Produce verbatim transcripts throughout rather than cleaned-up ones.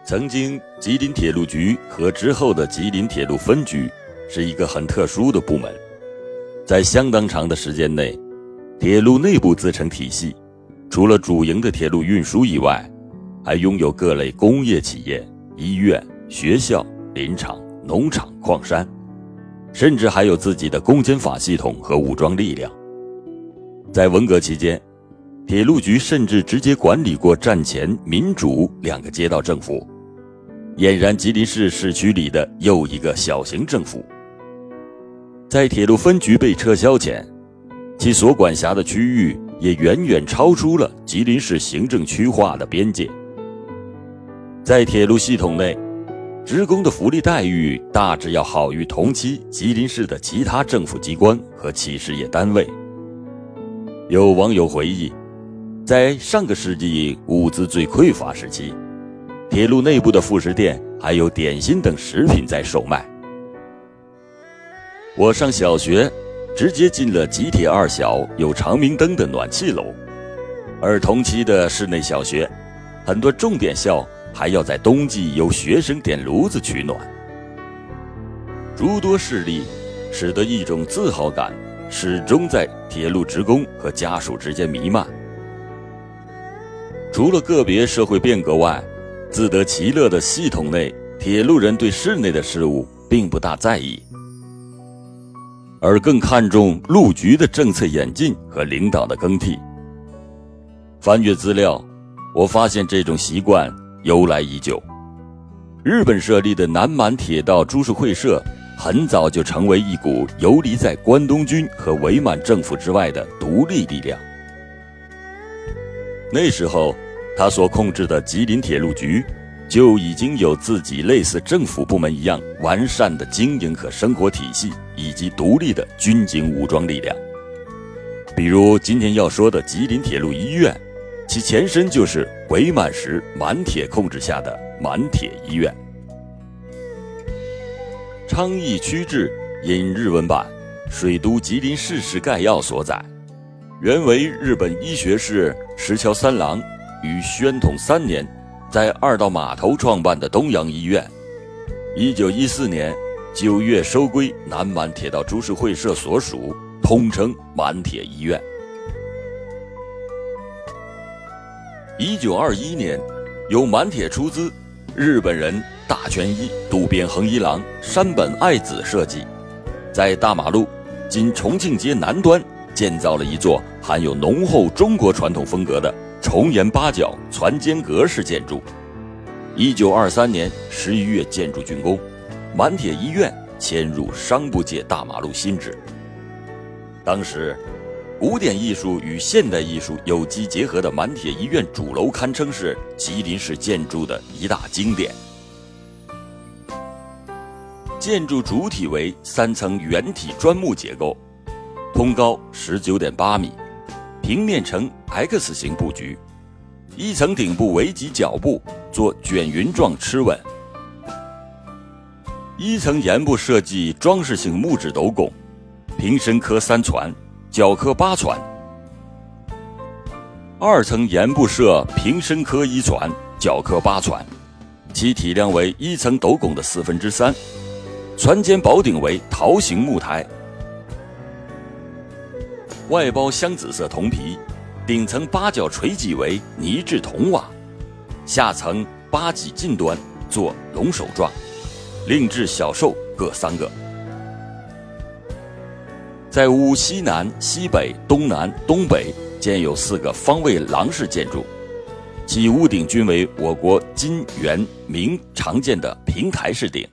曾经吉林铁路局和之后的吉林铁路分局是一个很特殊的部门，在相当长的时间内，铁路内部自成体系，除了主营的铁路运输以外，还拥有各类工业企业、医院、学校、林场、农场、矿山，甚至还有自己的公检法系统和武装力量。在文革期间，铁路局甚至直接管理过战前民主两个街道政府，俨然吉林市市区里的又一个小型政府。在铁路分局被撤销前，其所管辖的区域也远远超出了吉林市行政区划的边界。在铁路系统内，职工的福利待遇大致要好于同期吉林市的其他政府机关和企事业单位。有网友回忆，在上个世纪物资最匮乏时期，铁路内部的副食店还有点心等食品在售卖。我上小学直接进了吉铁二小有长明灯的暖气楼，而同期的室内小学，很多重点校还要在冬季由学生点炉子取暖。诸多事例使得一种自豪感始终在铁路职工和家属之间弥漫。除了个别社会变革外，自得其乐的系统内，铁路人对室内的事物并不大在意，而更看重路局的政策演进和领导的更替。翻阅资料，我发现这种习惯由来已久。日本设立的南满铁道株式会社很早就成为一股游离在关东军和伪满政府之外的独立力量。那时候，他所控制的吉林铁路局就已经有自己类似政府部门一样完善的经营和生活体系，以及独立的军警武装力量。比如今天要说的吉林铁路医院，其前身就是伪满时满铁控制下的满铁医院。昌邑区志引日文版《水都吉林市史概要》所载，原为日本医学士石桥三郎于宣统三年在二道码头创办的东洋医院，一九一四年九月收归南满铁道株式会社所属，统称满铁医院。一九二一年，由满铁出资，日本人大泉一、渡边恒一郎、山本爱子设计，在大马路今重庆街南端建造了一座含有浓厚中国传统风格的重檐八角攒尖阁式建筑。一九二三年十一月建筑竣工，满铁医院迁入商部界大马路新址。当时古典艺术与现代艺术有机结合的满铁医院主楼堪称是吉林市建筑的一大经典。建筑主体为三层圆体砖木结构，通高 十九点八米，平面呈 X 型布局，一层顶部围及角部做卷云状螭吻，一层檐部设计装饰性木质斗拱，瓶身刻三船，角刻八船；二层檐部设瓶身刻一船，角刻八船，其体量为一层斗拱的四分之三，船间宝顶为桃形木台，外包香紫色铜皮，顶层八角垂脊为泥质铜瓦，下层八脊近端做龙首状，另置小兽各三个。在屋西南、西北、东南、东北建有四个方位廊式建筑，其屋顶均为我国金、元、明常见的平台式顶。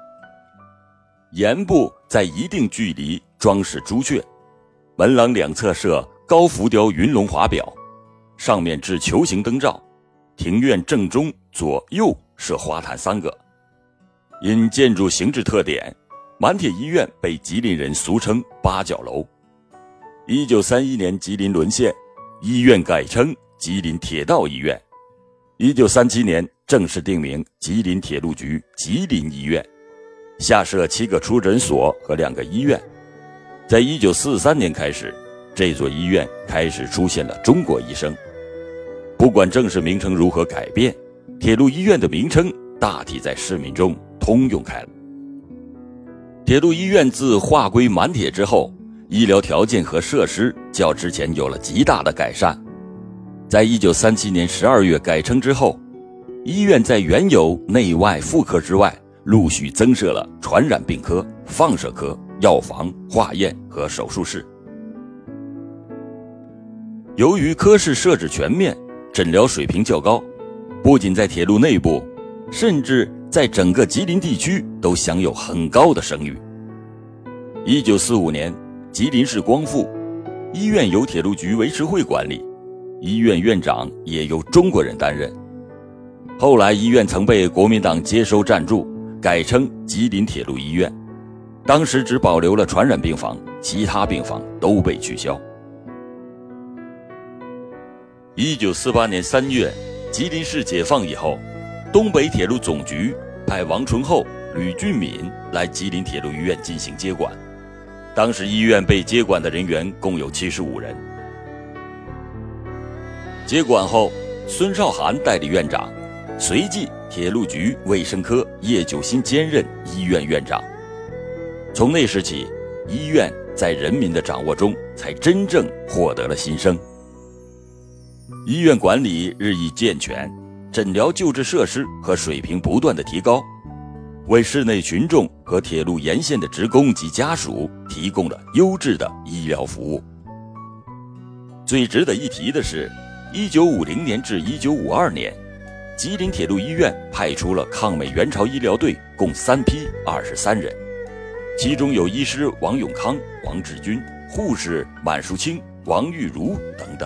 檐部在一定距离装饰朱雀，门廊两侧设高浮雕云龙华表，上面置球形灯罩，庭院正中左右设花坛三个。因建筑形制特点，满铁医院被吉林人俗称八角楼。一九三一年吉林沦陷，医院改称吉林铁道医院。一九三七年正式定名吉林铁路局吉林医院，下设七个出诊所和两个医院。在一九四三年开始，这座医院开始出现了中国医生。不管正式名称如何改变，铁路医院的名称大体在市民中通用开了。铁路医院自划归满铁之后，医疗条件和设施较之前有了极大的改善。在一九三七年十二月改称之后，医院在原有内外妇科之外，陆续增设了传染病科、放射科、药房、化验和手术室。由于科室设置全面，诊疗水平较高，不仅在铁路内部，甚至在整个吉林地区都享有很高的声誉。一九四五年，吉林市光复，医院由铁路局维持会管理，医院院长也由中国人担任。后来医院曾被国民党接收暂住，改称吉林铁路医院，当时只保留了传染病房，其他病房都被取消。一九四八年三月，吉林市解放以后，东北铁路总局派王纯厚、吕俊敏来吉林铁路医院进行接管。当时医院被接管的人员共有七十五人。接管后，孙少涵代理院长，随即铁路局卫生科叶九新兼任医院院长。从那时起，医院在人民的掌握中才真正获得了新生。医院管理日益健全，诊疗救治设施和水平不断的提高，为市内群众和铁路沿线的职工及家属提供了优质的医疗服务。最值得一提的是，一九五零年至一九五二年，吉林铁路医院派出了抗美援朝医疗队共三批二十三人，其中有医师王永康、王志军，护士满淑清、王玉茹等等。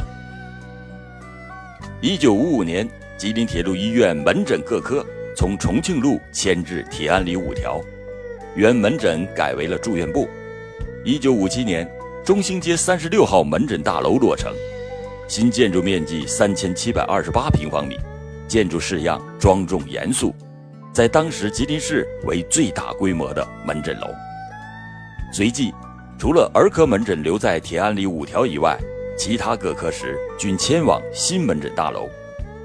一九五五年，吉林铁路医院门诊各科从重庆路迁至铁安里五条，原门诊改为了住院部。一九五七年，中兴街三十六号门诊大楼落成，新建筑面积三千七百二十八平方米，建筑式样庄重严肃，在当时吉林市为最大规模的门诊楼。随即，除了儿科门诊留在铁安里五条以外，其他各科室均迁往新门诊大楼。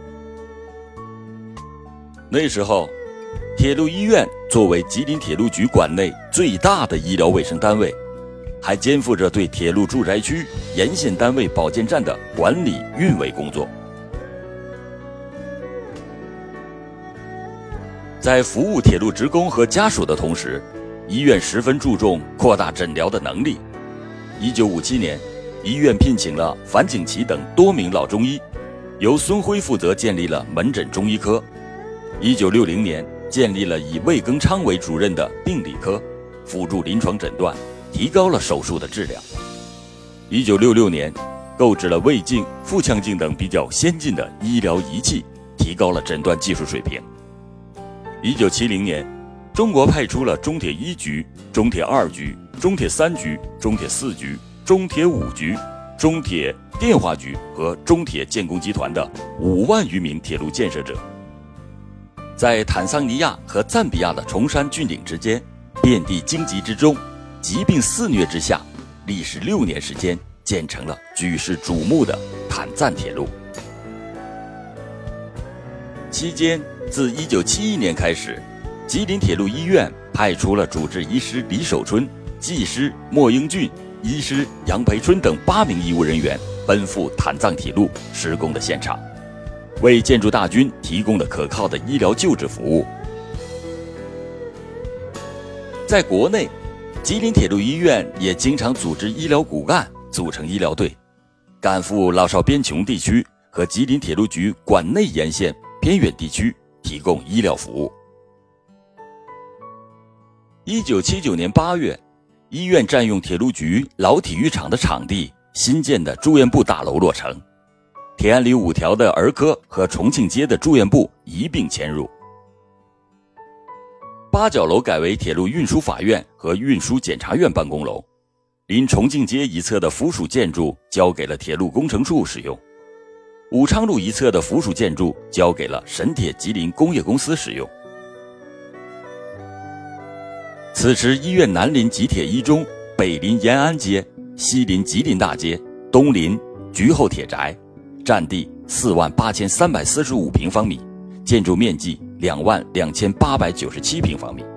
那时候，铁路医院作为吉林铁路局管内最大的医疗卫生单位，还肩负着对铁路住宅区、沿线单位保健站的管理运维工作。在服务铁路职工和家属的同时，医院十分注重扩大诊疗的能力。一九五七年，医院聘请了樊景琦等多名老中医，由孙辉负责建立了门诊中医科。一九六零年，建立了以魏庚昌为主任的病理科，辅助临床诊断，提高了手术的质量。一九六六年，购置了胃镜、腹腔镜等比较先进的医疗仪器，提高了诊断技术水平。一九七零年，中国派出了中铁一局、中铁二局、中铁三局、中铁四局、中铁五局、中铁电话局和中铁建工集团的五万余名铁路建设者，在坦桑尼亚和赞比亚的崇山峻岭之间，遍地荆棘之中，疾病肆虐之下，历时六年时间，建成了举世瞩目的坦赞铁路。期间，自一九七一年开始，吉林铁路医院派出了主治医师李守春、技师莫英俊、医师杨培春等八名医务人员奔赴坦藏铁路施工的现场，为建筑大军提供了可靠的医疗救治服务。在国内，吉林铁路医院也经常组织医疗骨干组成医疗队，赶赴老少边穷地区和吉林铁路局管内沿线偏远地区提供医疗服务。一九七九年八月，医院占用铁路局老体育场的场地，新建的住院部大楼落成，铁安里五条的儿科和重庆街的住院部一并迁入。八角楼改为铁路运输法院和运输检察院办公楼，临重庆街一侧的附属建筑交给了铁路工程处使用，武昌路一侧的附属建筑交给了沈铁吉林工业公司使用。此时医院南临吉铁一中，北临延安街，西临吉林大街，东临菊后铁宅，占地四万八千三百四十五平方米，建筑面积两万两千八百九十七平方米。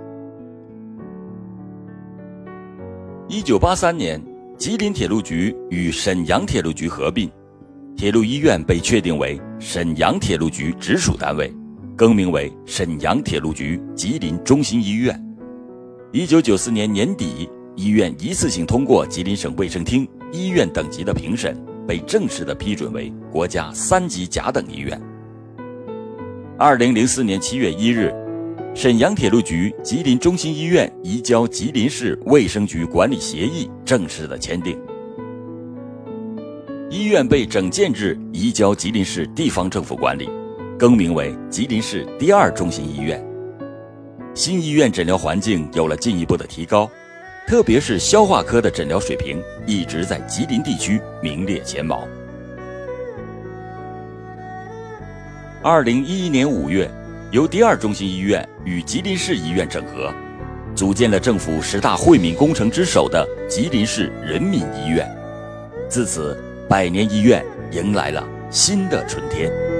一九八三年，吉林铁路局与沈阳铁路局合并，铁路医院被确定为沈阳铁路局直属单位，更名为沈阳铁路局吉林中心医院。一九九四年年底，医院一次性通过吉林省卫生厅医院等级的评审，被正式的批准为国家三级甲等医院。二零零四年七月一日，沈阳铁路局吉林中心医院移交吉林市卫生局管理协议正式的签订，医院被整建制移交吉林市地方政府管理，更名为吉林市第二中心医院。新医院诊疗环境有了进一步的提高，特别是消化科的诊疗水平一直在吉林地区名列前茅。二零一一年五月，由第二中心医院与吉林市医院整合，组建了政府十大惠民工程之首的吉林市人民医院。自此，百年医院迎来了新的春天。